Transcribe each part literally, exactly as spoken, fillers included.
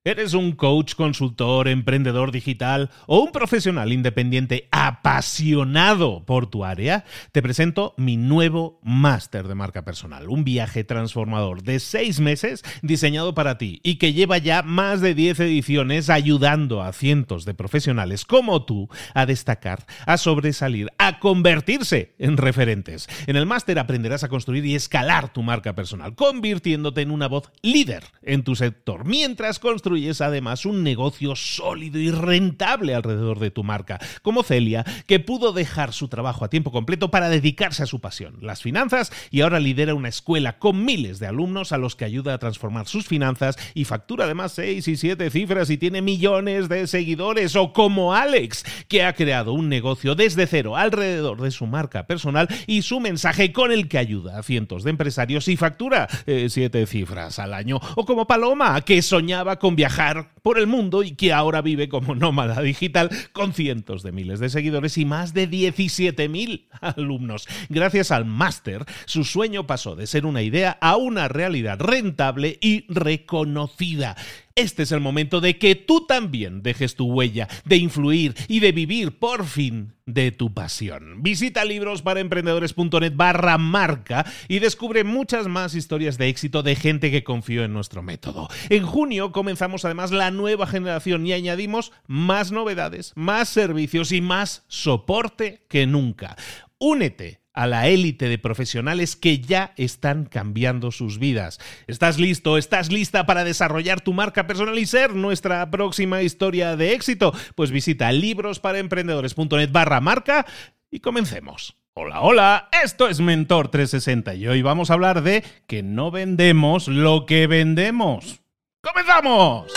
¿Eres un coach, consultor, emprendedor digital o un profesional independiente apasionado por tu área? Te presento mi nuevo máster de marca personal, un viaje transformador de seis meses diseñado para ti y que lleva ya más de diez ediciones ayudando a cientos de profesionales como tú a destacar, a sobresalir, a convertirse en referentes. En el máster aprenderás a construir y escalar tu marca personal, convirtiéndote en una voz líder en tu sector, mientras construyes además un negocio sólido y rentable alrededor de tu marca, como Celia, que pudo dejar su trabajo a tiempo completo para dedicarse a su pasión, las finanzas, y ahora lidera una escuela con miles de alumnos a los que ayuda a transformar sus finanzas y factura además seis y siete cifras y tiene millones de seguidores. O como Alex, que ha creado un negocio desde cero alrededor de su marca personal y su mensaje, con el que ayuda a cientos de empresarios y factura eh, siete cifras al año. O como Paloma, que soñaba con viajar por el mundo y que ahora vive como nómada digital con cientos de miles de seguidores y más de diecisiete mil alumnos. Gracias al máster, su sueño pasó de ser una idea a una realidad rentable y reconocida. Este es el momento de que tú también dejes tu huella, de influir y de vivir por fin de tu pasión. Visita librosparaemprendedores.net barra marca y descubre muchas más historias de éxito de gente que confió en nuestro método. En junio comenzamos además la nueva generación y añadimos más novedades, más servicios y más soporte que nunca. Únete a la élite de profesionales que ya están cambiando sus vidas. ¿Estás listo? ¿Estás lista para desarrollar tu marca personal y ser nuestra próxima historia de éxito? Pues visita librosparaemprendedores.net barra marca y comencemos. Hola, hola, esto es Mentor trescientos sesenta y hoy vamos a hablar de que no vendemos lo que vendemos. ¡Comenzamos!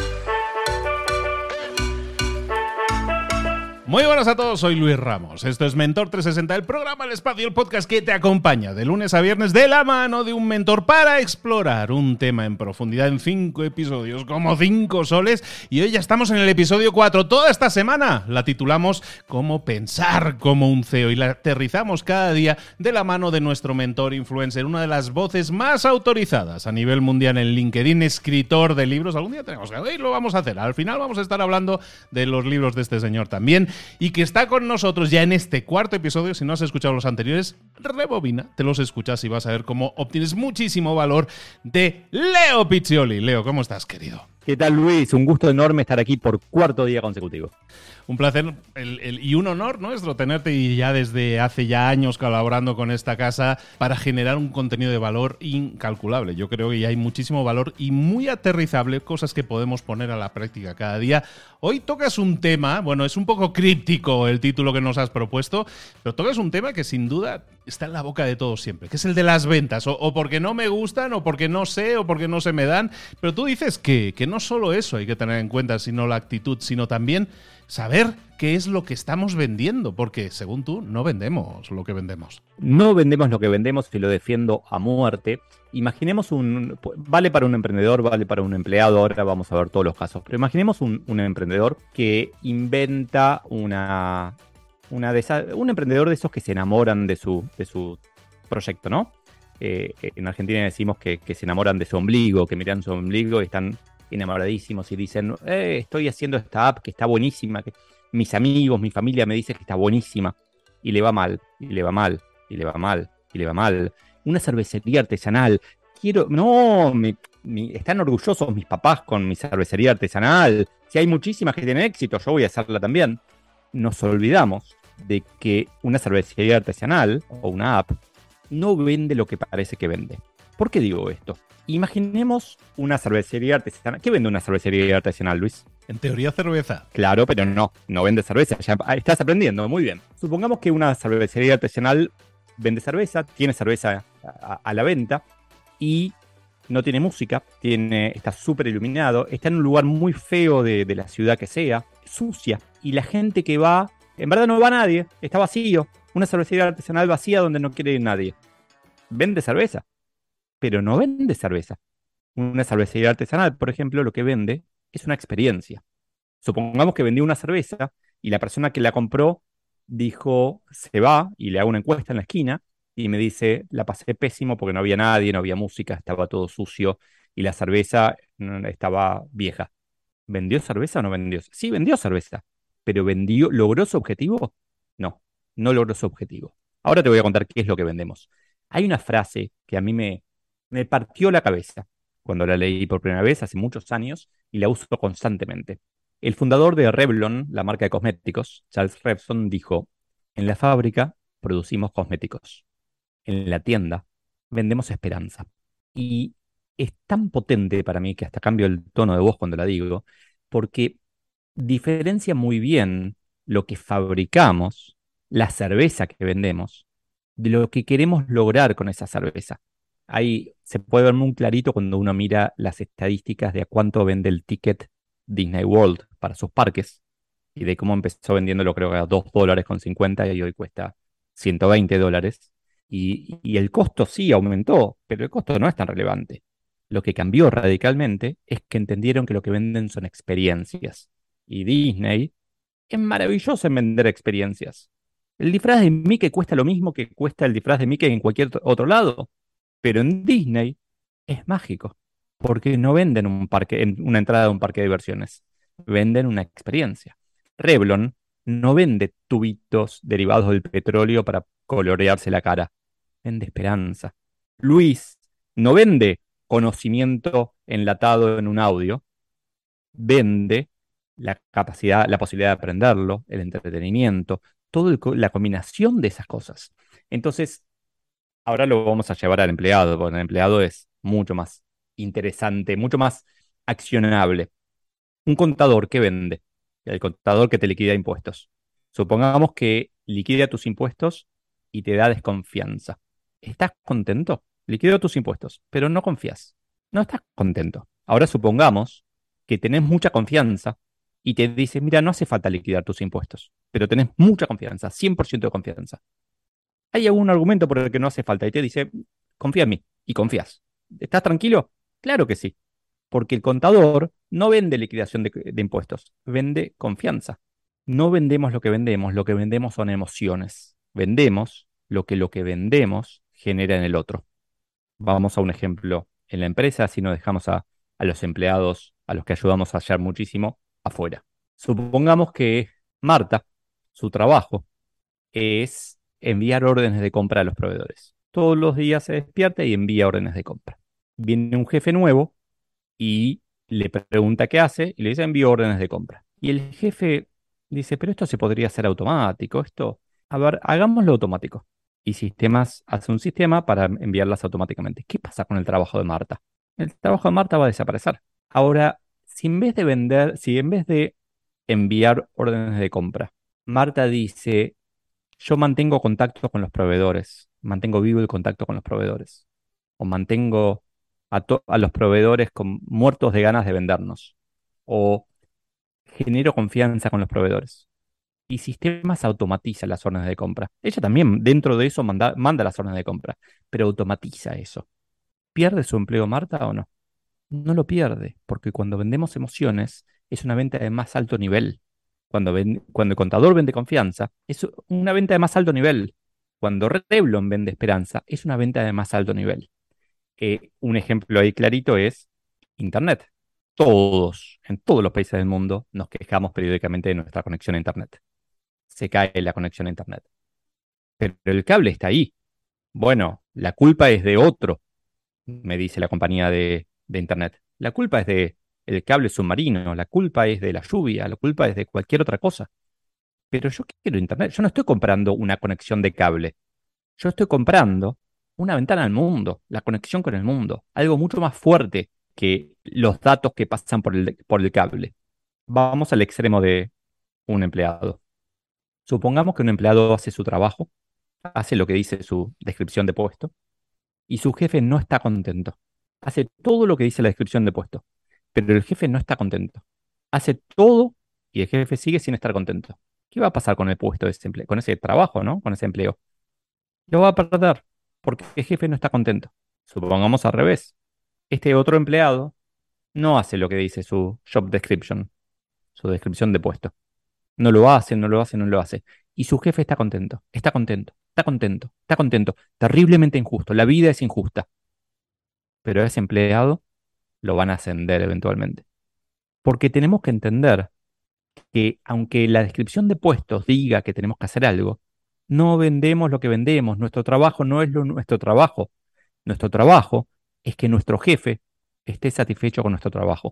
Muy buenas a todos, soy Luis Ramos. Esto es Mentor trescientos sesenta, el programa, el espacio, el podcast que te acompaña de lunes a viernes de la mano de un mentor para explorar un tema en profundidad en cinco episodios, como cinco soles. Y hoy ya estamos en el episodio cuatro. Toda esta semana la titulamos Cómo pensar como un C E O y la aterrizamos cada día de la mano de nuestro mentor influencer, una de las voces más autorizadas a nivel mundial en LinkedIn, escritor de libros. Algún día tenemos que ver, lo vamos a hacer. Al final vamos a estar hablando de los libros de este señor también. Y que está con nosotros ya en este cuarto episodio. Si no has escuchado los anteriores, rebobina, te los escuchas y vas a ver cómo obtienes muchísimo valor de Leo Piccioli. Leo, ¿cómo estás, querido? ¿Qué tal, Luis? Un gusto enorme estar aquí por cuarto día consecutivo. Un placer el, el, y un honor nuestro tenerte, y ya desde hace ya años colaborando con esta casa para generar un contenido de valor incalculable. Yo creo que ya hay muchísimo valor y muy aterrizable, cosas que podemos poner a la práctica cada día. Hoy tocas un tema, bueno, es un poco críptico el título que nos has propuesto, pero tocas un tema que sin duda está en la boca de todos siempre, que es el de las ventas, o, o porque no me gustan, o porque no sé, o porque no se me dan. Pero tú dices que, que no solo eso hay que tener en cuenta, sino la actitud, sino también saber qué es lo que estamos vendiendo, porque según tú no vendemos lo que vendemos. No vendemos lo que vendemos y lo defiendo a muerte. Imaginemos un... Vale para un emprendedor, vale para un empleado, ahora vamos a ver todos los casos, pero imaginemos un, un emprendedor que inventa una... una de esa, un emprendedor de esos que se enamoran de su, de su proyecto, ¿no? Eh, en Argentina decimos que, que se enamoran de su ombligo, que miran su ombligo y están enamoradísimos y dicen, eh, estoy haciendo esta app que está buenísima, que mis amigos, mi familia me dice que está buenísima, y le va mal, y le va mal, y le va mal, y le va mal. Una cervecería artesanal, quiero, no, mi, mi, están orgullosos mis papás con mi cervecería artesanal, si hay muchísimas que tienen éxito, yo voy a hacerla también. Nos olvidamos de que una cervecería artesanal o una app no vende lo que parece que vende. ¿Por qué digo esto? Imaginemos una cervecería artesanal. ¿Qué vende una cervecería artesanal, Luis? En teoría, cerveza. Claro, pero no, no vende cerveza. Ya estás aprendiendo, muy bien. Supongamos que una cervecería artesanal vende cerveza, tiene cerveza a, a la venta y no tiene música, tiene, está súper iluminado, está en un lugar muy feo de, de la ciudad que sea, sucia, y la gente que va, en verdad no va nadie, está vacío. Una cervecería artesanal vacía donde no quiere ir nadie. Vende cerveza, pero no vende cerveza. Una cervecería artesanal, por ejemplo, lo que vende es una experiencia. Supongamos que vendí una cerveza y la persona que la compró dijo, se va, y le hago una encuesta en la esquina y me dice, la pasé pésimo porque no había nadie, no había música, estaba todo sucio y la cerveza estaba vieja. ¿Vendió cerveza o no vendió? Sí, vendió cerveza, pero vendió, ¿logró su objetivo? No, no logró su objetivo. Ahora te voy a contar qué es lo que vendemos. Hay una frase que a mí me, me partió la cabeza cuando la leí por primera vez hace muchos años y la uso constantemente. El fundador de Revlon, la marca de cosméticos, Charles Revson, dijo, en la fábrica producimos cosméticos, en la tienda vendemos esperanza. Y es tan potente para mí que hasta cambio el tono de voz cuando la digo, porque diferencia muy bien lo que fabricamos, la cerveza que vendemos, de lo que queremos lograr con esa cerveza. Ahí se puede ver muy clarito cuando uno mira las estadísticas de a cuánto vende el ticket Disney World para sus parques y de cómo empezó vendiéndolo creo que a dos dólares con cincuenta y hoy cuesta ciento veinte dólares. Y, y el costo sí aumentó, pero el costo no es tan relevante. Lo que cambió radicalmente es que entendieron que lo que venden son experiencias. Y Disney es maravilloso en vender experiencias. El disfraz de Mickey cuesta lo mismo que cuesta el disfraz de Mickey en cualquier otro lado, pero en Disney es mágico, porque no venden un parque, en- una entrada a un parque de diversiones, venden una experiencia. Revlon no vende tubitos derivados del petróleo para colorearse la cara, vende esperanza. Luis no vende conocimiento enlatado en un audio, vende la capacidad, la posibilidad de aprenderlo, el entretenimiento, toda la combinación de esas cosas. Entonces, ahora lo vamos a llevar al empleado, porque el empleado es mucho más interesante, mucho más accionable. Un contador que vende, el contador que te liquida impuestos. Supongamos que liquida tus impuestos y te da desconfianza. ¿Estás contento? Liquidó tus impuestos, pero no confías. No estás contento. Ahora supongamos que tenés mucha confianza y te dice, mira, no hace falta liquidar tus impuestos, pero tenés mucha confianza, cien por ciento de confianza. ¿Hay algún argumento por el que no hace falta? Y te dice, confía en mí, y confías. ¿Estás tranquilo? Claro que sí, porque el contador no vende liquidación de, de impuestos, vende confianza. No vendemos lo que vendemos, lo que vendemos son emociones. Vendemos lo que lo que vendemos genera en el otro. Vamos a un ejemplo en la empresa, así nos dejamos a, a los empleados, a los que ayudamos a hallar muchísimo, afuera. Supongamos que Marta, su trabajo, es enviar órdenes de compra a los proveedores. Todos los días se despierta y envía órdenes de compra. Viene un jefe nuevo y le pregunta qué hace y le dice envío órdenes de compra. Y el jefe dice, pero esto se podría hacer automático, esto, a ver, hagámoslo automático. Y sistemas hace un sistema para enviarlas automáticamente. ¿Qué pasa con el trabajo de Marta? El trabajo de Marta va a desaparecer. Ahora, si en vez de vender, si en vez de enviar órdenes de compra, Marta dice, yo mantengo contacto con los proveedores, mantengo vivo el contacto con los proveedores, o mantengo a, to- a los proveedores con, muertos de ganas de vendernos, o genero confianza con los proveedores. Y sistemas automatiza las órdenes de compra. Ella también dentro de eso manda, manda las órdenes de compra, pero automatiza eso. ¿Pierde su empleo Marta o no? No lo pierde, porque cuando vendemos emociones es una venta de más alto nivel. Cuando, ven- cuando el contador vende confianza, es una venta de más alto nivel. Cuando Revlon vende esperanza, es una venta de más alto nivel. Eh, un ejemplo ahí clarito es Internet. Todos, en todos los países del mundo, nos quejamos periódicamente de nuestra conexión a Internet. Se cae la conexión a Internet. Pero el cable está ahí. Bueno, la culpa es de otro, me dice la compañía de, de Internet. La culpa es de el cable submarino, la culpa es de la lluvia, la culpa es de cualquier otra cosa. Pero yo quiero Internet. Yo no estoy comprando una conexión de cable. Yo estoy comprando una ventana al mundo, la conexión con el mundo, algo mucho más fuerte que los datos que pasan por el, por el cable. Vamos al extremo de un empleado. Supongamos que un empleado hace su trabajo, hace lo que dice su descripción de puesto, y su jefe no está contento. Hace todo lo que dice la descripción de puesto, pero el jefe no está contento. Hace todo y el jefe sigue sin estar contento. ¿Qué va a pasar con el puesto de ese empleo, con ese trabajo, ¿no? Con ese empleo. Lo va a perder porque el jefe no está contento. Supongamos al revés. Este otro empleado no hace lo que dice su job description, su descripción de puesto. No lo hace, no lo hace, no lo hace. Y su jefe está contento, está contento, está contento, está contento. Terriblemente injusto. La vida es injusta. Pero a ese empleado lo van a ascender eventualmente. Porque tenemos que entender que aunque la descripción de puestos diga que tenemos que hacer algo, no vendemos lo que vendemos. Nuestro trabajo no es lo, nuestro trabajo. Nuestro trabajo es que nuestro jefe esté satisfecho con nuestro trabajo.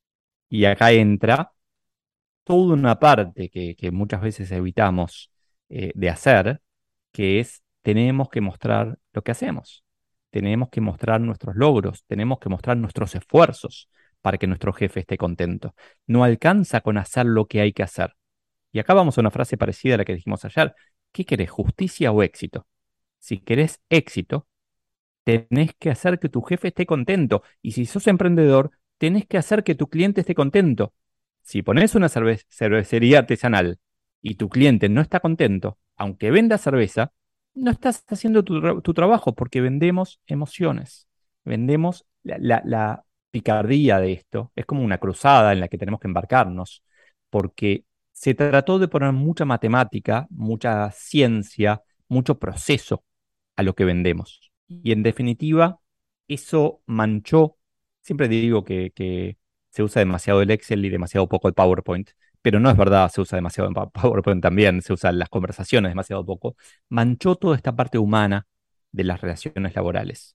Y acá entra toda una parte que, que muchas veces evitamos eh, de hacer, que es tenemos que mostrar lo que hacemos, tenemos que mostrar nuestros logros, tenemos que mostrar nuestros esfuerzos para que nuestro jefe esté contento. No alcanza con hacer lo que hay que hacer. Y acá vamos a una frase parecida a la que dijimos ayer. ¿Qué querés, justicia o éxito? Si querés éxito, tenés que hacer que tu jefe esté contento. Y si sos emprendedor, tenés que hacer que tu cliente esté contento. Si pones una cerve- cervecería artesanal y tu cliente no está contento, aunque venda cerveza, no estás haciendo tu, tra- tu trabajo porque vendemos emociones. Vendemos la, la- la picardía de esto. Es como una cruzada en la que tenemos que embarcarnos porque se trató de poner mucha matemática, mucha ciencia, mucho proceso a lo que vendemos. Y en definitiva, eso manchó, siempre digo que, que se usa demasiado el Excel y demasiado poco el PowerPoint, pero no es verdad, se usa demasiado en Pa- PowerPoint también, se usan las conversaciones demasiado poco, manchó toda esta parte humana de las relaciones laborales.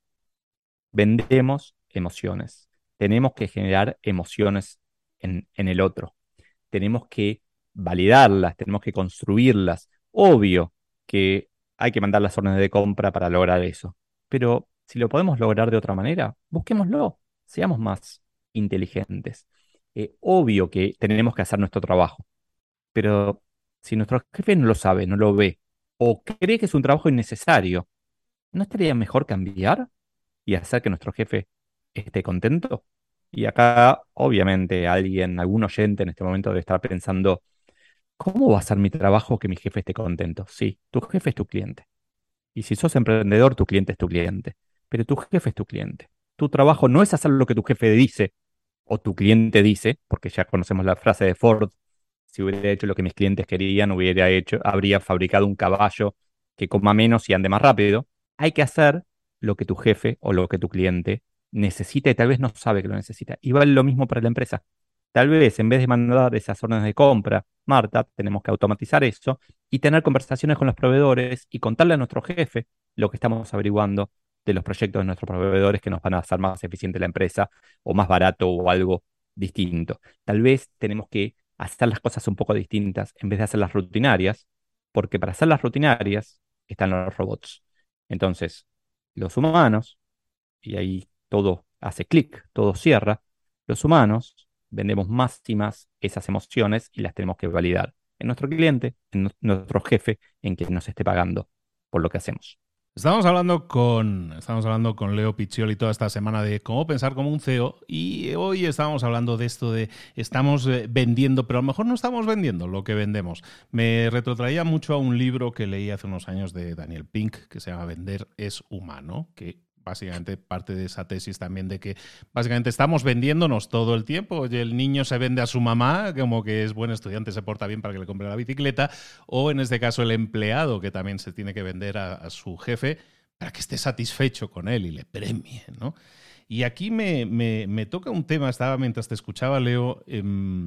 Vendemos emociones, tenemos que generar emociones en, en el otro, tenemos que validarlas, tenemos que construirlas. Obvio que hay que mandar las órdenes de compra para lograr eso, pero si lo podemos lograr de otra manera, busquémoslo, seamos más inteligentes. Eh, obvio que tenemos que hacer nuestro trabajo, pero si nuestro jefe no lo sabe, no lo ve, o cree que es un trabajo innecesario, ¿no estaría mejor cambiar y hacer que nuestro jefe esté contento? Y acá, obviamente, alguien, algún oyente en este momento debe estar pensando, ¿cómo va a ser mi trabajo que mi jefe esté contento? Sí, tu jefe es tu cliente. Y si sos emprendedor, tu cliente es tu cliente. Pero tu jefe es tu cliente. Tu trabajo no es hacer lo que tu jefe dice o tu cliente dice, porque ya conocemos la frase de Ford, si hubiera hecho lo que mis clientes querían, hubiera hecho, habría fabricado un caballo que coma menos y ande más rápido. Hay que hacer lo que tu jefe o lo que tu cliente necesita y tal vez no sabe que lo necesita. Y vale lo mismo para la empresa. Tal vez en vez de mandar esas órdenes de compra, Marta, tenemos que automatizar eso y tener conversaciones con los proveedores y contarle a nuestro jefe lo que estamos averiguando de los proyectos de nuestros proveedores que nos van a hacer más eficiente la empresa o más barato o algo distinto. Tal vez tenemos que hacer las cosas un poco distintas en vez de hacerlas rutinarias, porque para hacerlas rutinarias están los robots. Entonces, los humanos, y ahí todo hace clic, todo cierra, los humanos vendemos más y más esas emociones y las tenemos que validar en nuestro cliente, en nu- nuestro jefe, en quien nos esté pagando por lo que hacemos. Estamos hablando con, estamos hablando con Leo Piccioli toda esta semana de cómo pensar como un C E O y hoy estábamos hablando de esto de estamos eh, vendiendo, pero a lo mejor no estamos vendiendo lo que vendemos. Me retrotraía mucho a un libro que leí hace unos años de Daniel Pink que se llama Vender es humano, que básicamente parte de esa tesis también de que básicamente estamos vendiéndonos todo el tiempo. Oye, el niño se vende a su mamá como que es buen estudiante, se porta bien para que le compre la bicicleta, o en este caso el empleado que también se tiene que vender a, a su jefe para que esté satisfecho con él y le premie, ¿no? Y aquí me, me, me toca un tema, estaba mientras te escuchaba, Leo, eh,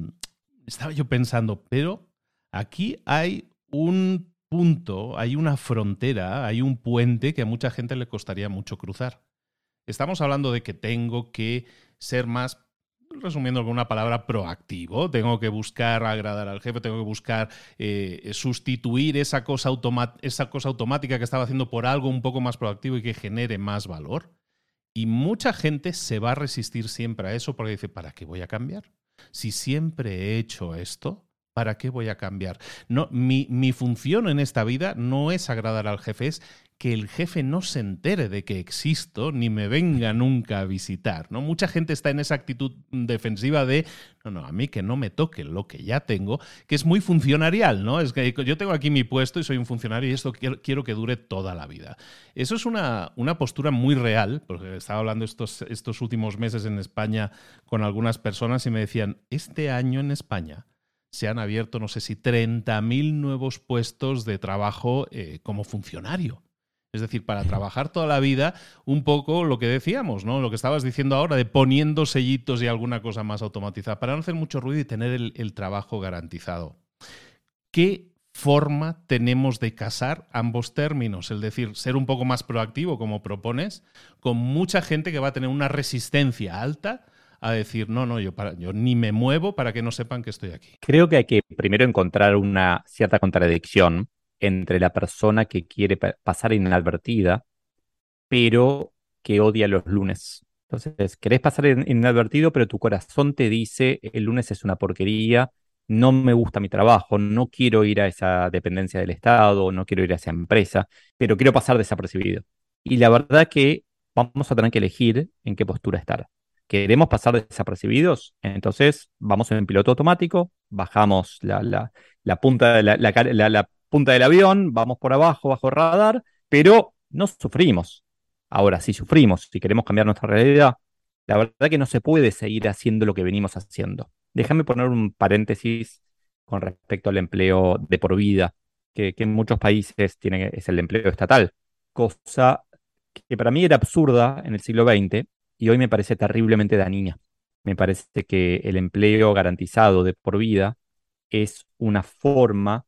estaba yo pensando, pero aquí hay un punto, hay una frontera, hay un puente que a mucha gente le costaría mucho cruzar. Estamos hablando de que tengo que ser más, resumiendo con una palabra, proactivo. Tengo que buscar agradar al jefe, tengo que buscar eh, sustituir esa cosa, esa cosa automática que estaba haciendo por algo un poco más proactivo y que genere más valor. Y mucha gente se va a resistir siempre a eso porque dice, ¿para qué voy a cambiar? Si siempre he hecho esto, ¿para qué voy a cambiar? No, mi, mi función en esta vida no es agradar al jefe, es que el jefe no se entere de que existo ni me venga nunca a visitar, ¿no? Mucha gente está en esa actitud defensiva de, no, no, a mí que no me toque lo que ya tengo, que es muy funcionarial, ¿no? Es que yo tengo aquí mi puesto y soy un funcionario y esto quiero, quiero que dure toda la vida. Eso es una, una postura muy real, porque estaba hablando estos, estos últimos meses en España con algunas personas y me decían, este año en España se han abierto, no sé si treinta mil nuevos puestos de trabajo eh, como funcionario. Es decir, para trabajar toda la vida, un poco lo que decíamos, ¿no? Lo que estabas diciendo ahora, de poniendo sellitos y alguna cosa más automatizada, para no hacer mucho ruido y tener el, el trabajo garantizado. ¿Qué forma tenemos de casar ambos términos? Es decir, ser un poco más proactivo, como propones, con mucha gente que va a tener una resistencia alta a decir, no, no, yo, para, yo ni me muevo para que no sepan que estoy aquí. Creo que hay que primero encontrar una cierta contradicción entre la persona que quiere pa- pasar inadvertida, pero que odia los lunes. Entonces, querés pasar in- inadvertido, pero tu corazón te dice, el lunes es una porquería, no me gusta mi trabajo, no quiero ir a esa dependencia del Estado, no quiero ir a esa empresa, pero quiero pasar desapercibido. Y la verdad que vamos a tener que elegir en qué postura estar. ¿Queremos pasar desapercibidos? Entonces vamos en piloto automático, bajamos la, la, la punta de la, la ca- la- la punta del avión, vamos por abajo, bajo radar, pero no sufrimos. Ahora, si sufrimos, si queremos cambiar nuestra realidad, la verdad que no se puede seguir haciendo lo que venimos haciendo. Déjame poner un paréntesis con respecto al empleo de por vida, que, que en muchos países tiene, es el empleo estatal, cosa que para mí era absurda en el siglo veinte y hoy me parece terriblemente dañina. Me parece que el empleo garantizado de por vida es una forma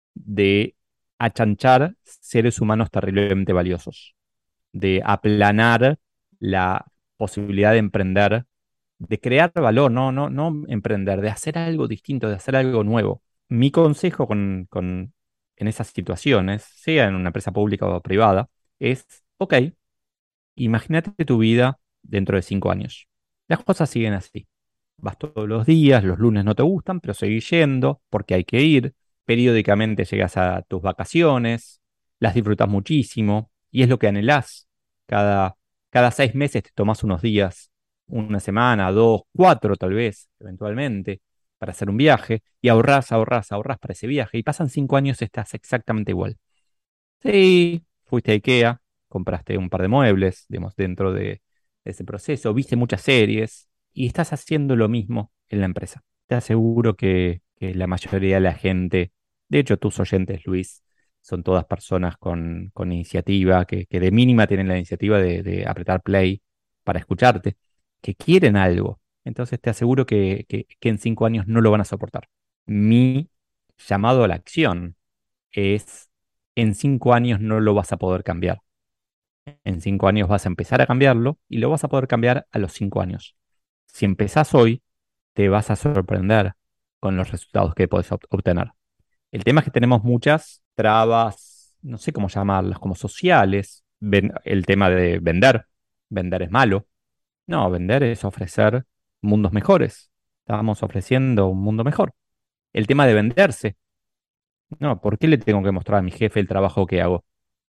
de achanchar seres humanos terriblemente valiosos, de aplanar la posibilidad de emprender, de crear valor, no, no, no emprender, de hacer algo distinto, de hacer algo nuevo. Mi consejo con, con- en esas situaciones, sea en una empresa pública o privada, es, ok, imagínate tu vida dentro de cinco años. Las cosas siguen así. Vas todos los días, los lunes no te gustan, pero seguís yendo porque hay que ir. Periódicamente llegas a tus vacaciones, las disfrutas muchísimo y es lo que anhelás. Cada, cada seis meses te tomas unos días, una semana, dos, cuatro tal vez, eventualmente, para hacer un viaje y ahorrás, ahorrás, ahorrás para ese viaje y pasan cinco años y estás exactamente igual. Sí, fuiste a IKEA, compraste un par de muebles, digamos, dentro de ese proceso, viste muchas series y estás haciendo lo mismo en la empresa. Te aseguro que, que la mayoría de la gente, de hecho tus oyentes, Luis, son todas personas con, con iniciativa, que, que de mínima tienen la iniciativa de, de apretar play para escucharte, que quieren algo. Entonces te aseguro que, que que en cinco años no lo van a soportar. Mi llamado a la acción es, en cinco años no lo vas a poder cambiar. En cinco años vas a empezar a cambiarlo y lo vas a poder cambiar a los cinco años. Si empezás hoy, te vas a sorprender con los resultados que puedes ob- obtener. El tema es que tenemos muchas trabas, no sé cómo llamarlas, como sociales. Ven- el tema de vender. Vender es malo. No, vender es ofrecer mundos mejores. Estamos ofreciendo un mundo mejor. El tema de venderse. No, ¿por qué le tengo que mostrar a mi jefe el trabajo que hago?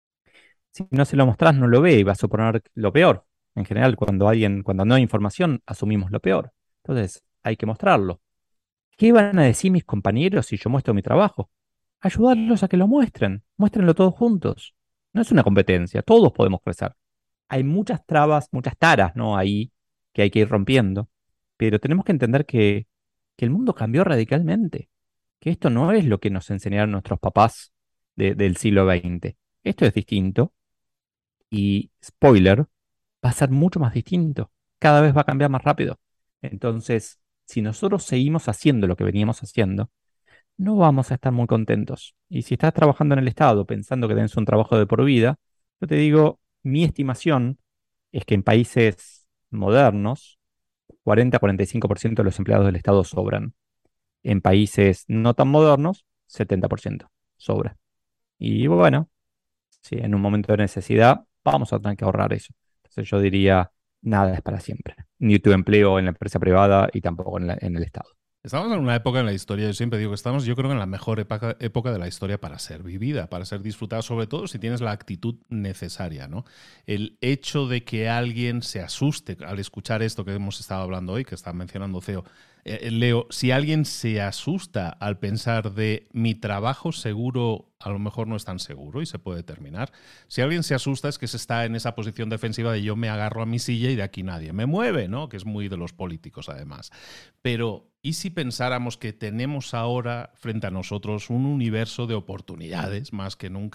Si no se lo mostrás, no lo ve y va a suponer lo peor. En general, cuando alguien, cuando no hay información, asumimos lo peor. Entonces, hay que mostrarlo. ¿Qué van a decir mis compañeros si yo muestro mi trabajo? Ayudarlos a que lo muestren. Muéstrenlo todos juntos. No es una competencia, todos podemos crecer. Hay muchas trabas, muchas taras, ¿no? Ahí que hay que ir rompiendo. Pero tenemos que entender que, que el mundo cambió radicalmente. Que esto no es lo que nos enseñaron nuestros papás de- del siglo veinte. Esto es distinto y, spoiler, va a ser mucho más distinto. Cada vez va a cambiar más rápido. Entonces, si nosotros seguimos haciendo lo que veníamos haciendo, no vamos a estar muy contentos. Y si estás trabajando en el Estado pensando que tenés un trabajo de por vida, yo te digo, mi estimación es que en países modernos, cuarenta a cuarenta y cinco por ciento de los empleados del Estado sobran. En países no tan modernos, setenta por ciento sobra. Y bueno, si en un momento de necesidad vamos a tener que ahorrar eso. Entonces yo diría, nada es para siempre. Ni tu empleo en la empresa privada y tampoco en, la- en el Estado. Estamos en una época en la historia, yo siempre digo que estamos, yo creo que en la mejor época, época de la historia para ser vivida, para ser disfrutada, sobre todo si tienes la actitud necesaria, ¿no? El hecho de que alguien se asuste al escuchar esto que hemos estado hablando hoy, que está mencionando Ceo, eh, Leo, si alguien se asusta al pensar de mi trabajo seguro a lo mejor no es tan seguro y se puede terminar. Si alguien se asusta es que se está en esa posición defensiva de yo me agarro a mi silla y de aquí nadie me mueve, ¿no? Que es muy de los políticos además. Pero, ¿y si pensáramos que tenemos ahora frente a nosotros un universo de oportunidades más que nunca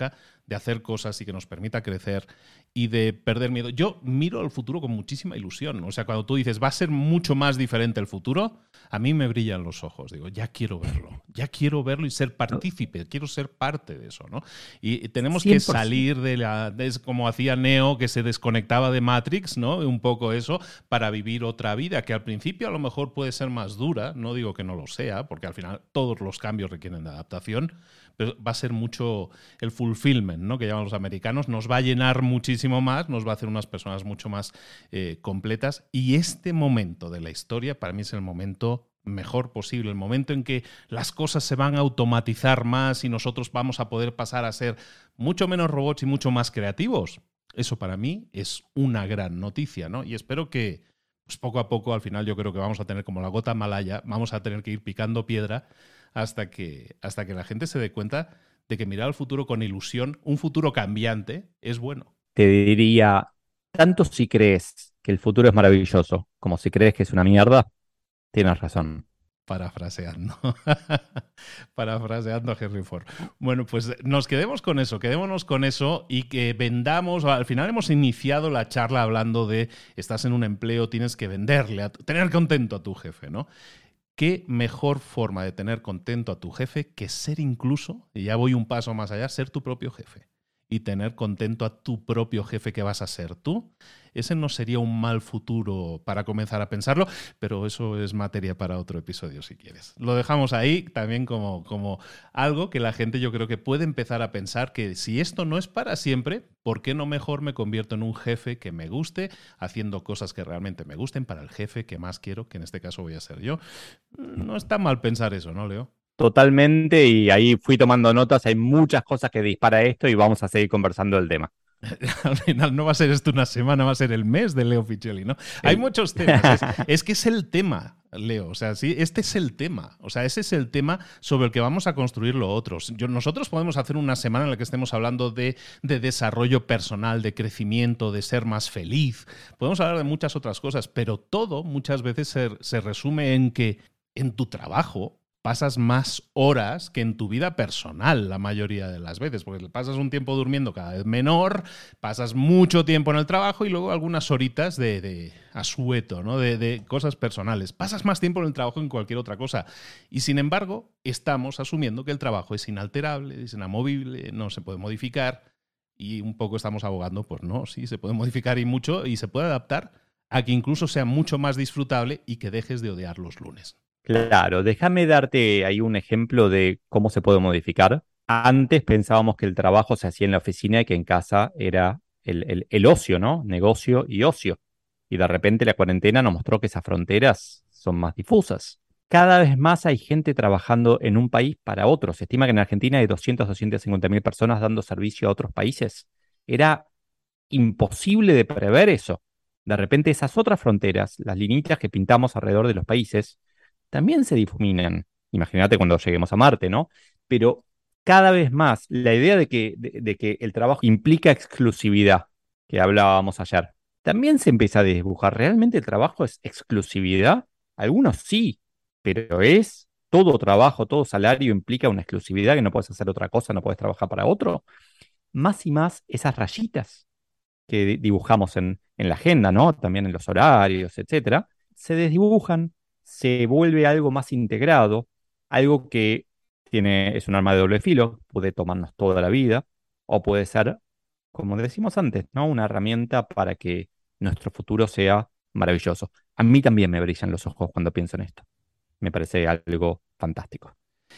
de hacer cosas y que nos permita crecer y de perder miedo. Yo miro al futuro con muchísima ilusión. O sea, cuando tú dices, va a ser mucho más diferente el futuro, a mí me brillan los ojos. Digo, ya quiero verlo. Ya quiero verlo y ser partícipe. Quiero ser parte de eso, ¿no? Y tenemos cien por ciento que salir de la... De, como hacía Neo, que se desconectaba de Matrix, ¿no? Un poco eso, para vivir otra vida, que al principio a lo mejor puede ser más dura. No digo que no lo sea, porque al final todos los cambios requieren de adaptación, pero va a ser mucho el fulfillment, ¿no? Que llaman los americanos, nos va a llenar muchísimo más, nos va a hacer unas personas mucho más eh, completas. Y este momento de la historia para mí es el momento mejor posible, el momento en que las cosas se van a automatizar más y nosotros vamos a poder pasar a ser mucho menos robots y mucho más creativos. Eso para mí es una gran noticia, ¿no? Y espero que pues poco a poco, al final yo creo que vamos a tener como la gota malaya, vamos a tener que ir picando piedra hasta que, hasta que la gente se dé cuenta de que mirar al futuro con ilusión, un futuro cambiante, es bueno. Te diría, tanto si crees que el futuro es maravilloso como si crees que es una mierda, tienes razón. Parafraseando. Parafraseando a Henry Ford. Bueno, pues nos quedemos con eso, quedémonos con eso y que vendamos. Al final hemos iniciado la charla hablando de estás en un empleo, tienes que venderle, a, tener contento a tu jefe, ¿no? ¿Qué mejor forma de tener contento a tu jefe que ser incluso, y ya voy un paso más allá, ser tu propio jefe? Y tener contento a tu propio jefe que vas a ser tú. Ese no sería un mal futuro para comenzar a pensarlo, pero eso es materia para otro episodio si quieres. Lo dejamos ahí también como, como algo que la gente yo creo que puede empezar a pensar que si esto no es para siempre, ¿por qué no mejor me convierto en un jefe que me guste, haciendo cosas que realmente me gusten para el jefe que más quiero, que en este caso voy a ser yo? No está mal pensar eso, ¿no, Leo? Totalmente, y ahí fui tomando notas, hay muchas cosas que dispara esto y vamos a seguir conversando del tema. Al final no va a ser esto una semana, va a ser el mes de Leo Fichelli, ¿no? El... Hay muchos temas, es, es que es el tema, Leo, o sea, sí, este es el tema, o sea, ese es el tema sobre el que vamos a construir lo otro. Yo, nosotros podemos hacer una semana en la que estemos hablando de, de desarrollo personal, de crecimiento, de ser más feliz, podemos hablar de muchas otras cosas, pero todo muchas veces se, se resume en que en tu trabajo pasas más horas que en tu vida personal la mayoría de las veces, porque pasas un tiempo durmiendo cada vez menor, pasas mucho tiempo en el trabajo y luego algunas horitas de, de asueto, ¿no? de, de cosas personales. Pasas más tiempo en el trabajo que en cualquier otra cosa. Y sin embargo, estamos asumiendo que el trabajo es inalterable, es inamovible, no se puede modificar y un poco estamos abogando, pues no, sí, se puede modificar y mucho y se puede adaptar a que incluso sea mucho más disfrutable y que dejes de odiar los lunes. Claro, déjame darte ahí un ejemplo de cómo se puede modificar. Antes pensábamos que el trabajo se hacía en la oficina y que en casa era el, el, el ocio, ¿no? Negocio y ocio. Y de repente la cuarentena nos mostró que esas fronteras son más difusas. Cada vez más hay gente trabajando en un país para otro. Se estima que en Argentina hay doscientas, doscientas cincuenta mil personas dando servicio a otros países. Era imposible de prever eso. De repente esas otras fronteras, las linitas que pintamos alrededor de los países, también se difuminan. Imagínate cuando lleguemos a Marte, ¿no? Pero cada vez más la idea de que, de, de que el trabajo implica exclusividad, que hablábamos ayer, también se empieza a dibujar. ¿Realmente el trabajo es exclusividad? Algunos sí, pero es todo trabajo, todo salario implica una exclusividad, que no puedes hacer otra cosa, no puedes trabajar para otro. Más y más esas rayitas que dibujamos en, en la agenda, ¿no? También en los horarios, etcétera, se desdibujan. Se vuelve algo más integrado, algo que tiene, es un arma de doble filo, puede tomarnos toda la vida, o puede ser, como decimos antes, ¿no? Una herramienta para que nuestro futuro sea maravilloso. A mí también me brillan los ojos cuando pienso en esto. Me parece algo fantástico.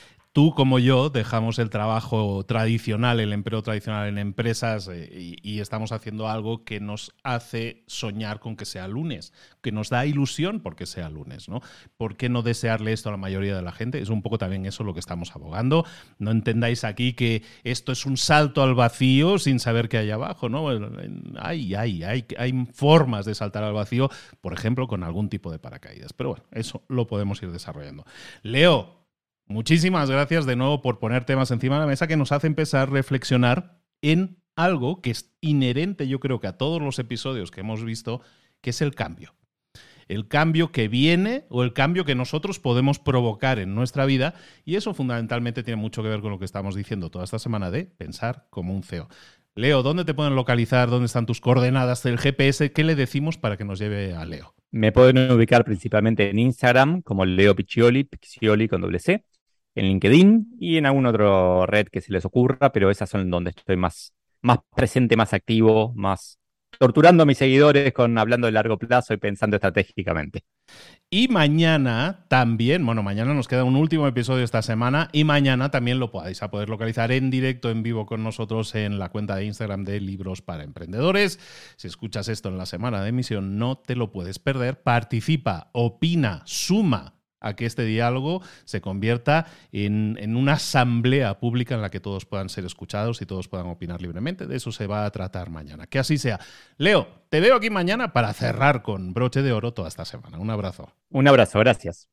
Tú como yo dejamos el trabajo tradicional, el empleo tradicional en empresas eh, y, y estamos haciendo algo que nos hace soñar con que sea lunes, que nos da ilusión porque sea lunes, ¿no? ¿Por qué no desearle esto a la mayoría de la gente? Es un poco también eso lo que estamos abogando. No entendáis aquí que esto es un salto al vacío sin saber qué hay abajo, ¿no? Hay, hay, hay, hay formas de saltar al vacío, por ejemplo, con algún tipo de paracaídas. Pero bueno, eso lo podemos ir desarrollando. Leo, muchísimas gracias de nuevo por poner temas encima de la mesa que nos hace empezar a reflexionar en algo que es inherente, yo creo que a todos los episodios que hemos visto, que es el cambio. el cambio que viene o el cambio que nosotros podemos provocar en nuestra vida, y eso fundamentalmente tiene mucho que ver con lo que estamos diciendo toda esta semana de pensar como un C E O. Leo, ¿dónde te pueden localizar? ¿Dónde están tus coordenadas del G P S? ¿Qué le decimos para que nos lleve a Leo? Me pueden ubicar principalmente en Instagram como Leo Piccioli, Piccioli con doble C, en LinkedIn y en alguna otra red que se les ocurra, pero esas son donde estoy más, más presente, más activo, más torturando a mis seguidores con hablando de largo plazo y pensando estratégicamente. Y mañana también, bueno, mañana nos queda un último episodio esta semana y mañana también lo podéis a poder localizar en directo, en vivo con nosotros en la cuenta de Instagram de Libros para Emprendedores. Si escuchas esto en la semana de emisión, no te lo puedes perder. Participa, opina, suma a que este diálogo se convierta en, en una asamblea pública en la que todos puedan ser escuchados y todos puedan opinar libremente. De eso se va a tratar mañana. Que así sea. Leo, te veo aquí mañana para cerrar con broche de oro toda esta semana. Un abrazo. Un abrazo, gracias.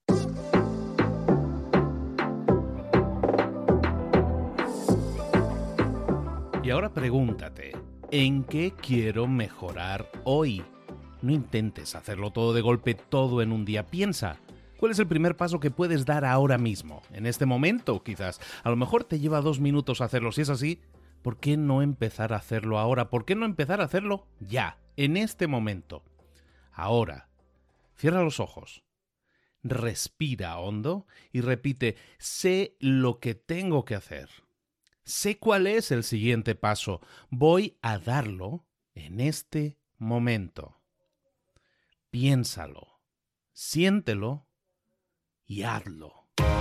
Y ahora pregúntate, ¿en qué quiero mejorar hoy? No intentes hacerlo todo de golpe, todo en un día. Piensa. ¿Cuál es el primer paso que puedes dar ahora mismo? En este momento, quizás. A lo mejor te lleva dos minutos hacerlo. Si es así, ¿por qué no empezar a hacerlo ahora? ¿Por qué no empezar a hacerlo ya, en este momento? Ahora, cierra los ojos, respira hondo y repite, sé lo que tengo que hacer. Sé cuál es el siguiente paso. Voy a darlo en este momento. Piénsalo, siéntelo y hazlo.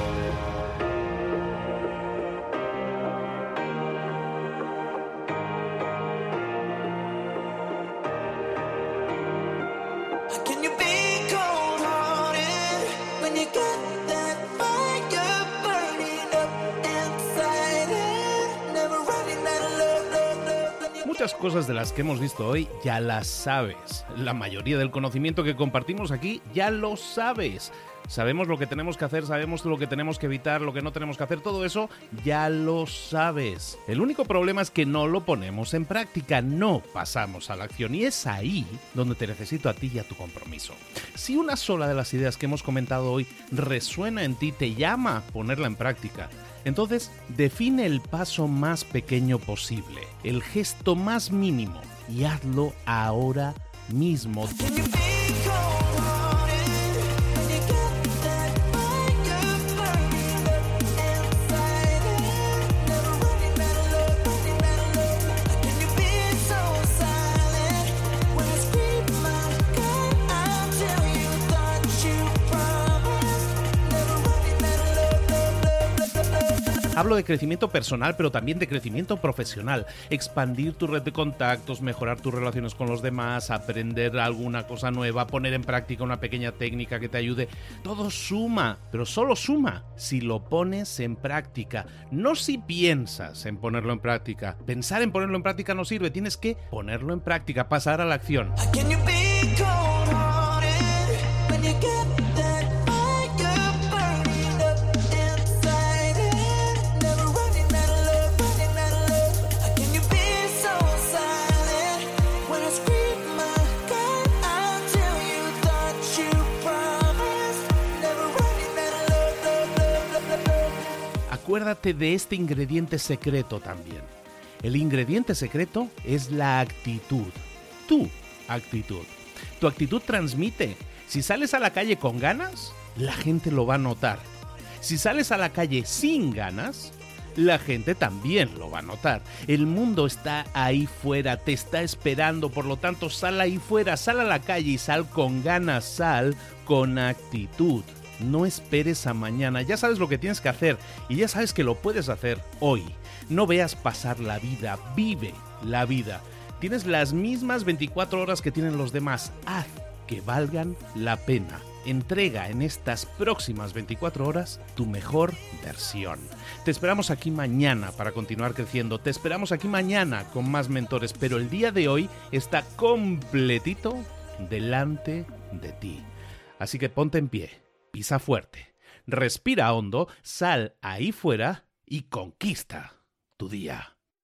Muchas cosas de las que hemos visto hoy ya las sabes. La mayoría del conocimiento que compartimos aquí ya lo sabes. Sabemos lo que tenemos que hacer, sabemos lo que tenemos que evitar, lo que no tenemos que hacer, todo eso ya lo sabes. El único problema es que no lo ponemos en práctica, no pasamos a la acción y es ahí donde te necesito a ti y a tu compromiso. Si una sola de las ideas que hemos comentado hoy resuena en ti, te llama a ponerla en práctica, entonces define el paso más pequeño posible, el gesto más mínimo y hazlo ahora mismo. Hablo de crecimiento personal, pero también de crecimiento profesional. Expandir tu red de contactos, mejorar tus relaciones con los demás, aprender alguna cosa nueva, poner en práctica una pequeña técnica que te ayude. Todo suma, pero solo suma si lo pones en práctica. No si piensas en ponerlo en práctica. Pensar en ponerlo en práctica no sirve. Tienes que ponerlo en práctica, pasar a la acción. Acuérdate de este ingrediente secreto también. El ingrediente secreto es la actitud. Tu actitud. Tu actitud transmite. Si sales a la calle con ganas, la gente lo va a notar. Si sales a la calle sin ganas, la gente también lo va a notar. El mundo está ahí fuera, te está esperando, por lo tanto, sal ahí fuera, sal a la calle y sal con ganas, sal con actitud. No esperes a mañana, ya sabes lo que tienes que hacer y ya sabes que lo puedes hacer hoy. No veas pasar la vida, vive la vida. Tienes las mismas veinticuatro horas que tienen los demás, haz que valgan la pena. Entrega en estas próximas veinticuatro horas tu mejor versión. Te esperamos aquí mañana para continuar creciendo, te esperamos aquí mañana con más mentores, pero el día de hoy está completito delante de ti. Así que ponte en pie. Pisa fuerte, respira hondo, sal ahí fuera y conquista tu día.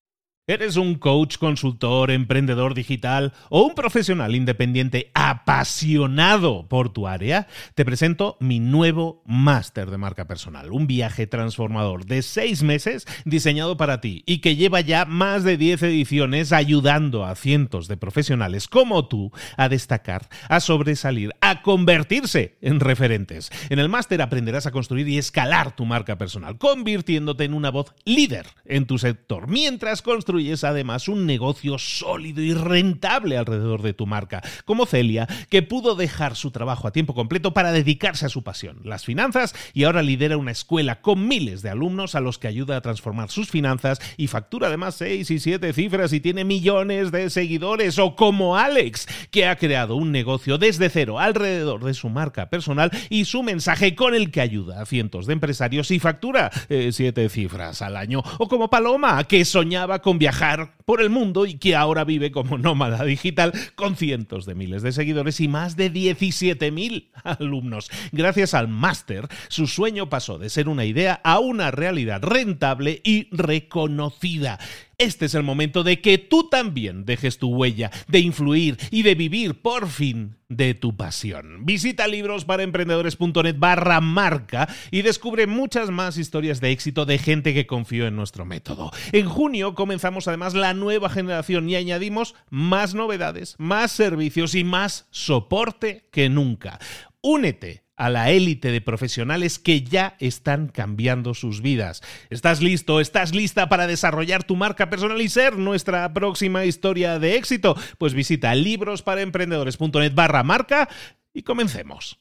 ¿Eres un coach, consultor, emprendedor digital o un profesional independiente apasionado por tu área? Te presento mi nuevo máster de marca personal, un viaje transformador de seis meses diseñado para ti y que lleva ya más de diez ediciones ayudando a cientos de profesionales como tú a destacar, a sobresalir, a convertirse en referentes. En el máster aprenderás a construir y escalar tu marca personal, convirtiéndote en una voz líder en tu sector, mientras construyes además un negocio sólido y rentable alrededor de tu marca, como Celia, que pudo dejar su trabajo a tiempo completo para dedicarse a su pasión, las finanzas, y ahora lidera una escuela con miles de alumnos a los que ayuda a transformar sus finanzas y factura además seis y siete cifras y tiene millones de seguidores. O como Alex, que ha creado un negocio desde cero alrededor de su marca personal y su mensaje, con el que ayuda a cientos de empresarios y factura eh, siete cifras al año. O como Paloma, que soñaba con viajar por el mundo y que ahora vive como nómada digital con cientos de miles de seguidores y más de diecisiete mil alumnos. Gracias al máster, su sueño pasó de ser una idea a una realidad rentable y reconocida. Este es el momento de que tú también dejes tu huella, de influir y de vivir por fin de tu pasión. Visita librosparaemprendedores.net barra marca y descubre muchas más historias de éxito de gente que confió en nuestro método. En junio comenzamos además la nueva generación y añadimos más novedades, más servicios y más soporte que nunca. Únete a la élite de profesionales que ya están cambiando sus vidas. ¿Estás listo? ¿Estás lista para desarrollar tu marca personal y ser nuestra próxima historia de éxito? Pues visita librosparaemprendedores.net barra marca y comencemos.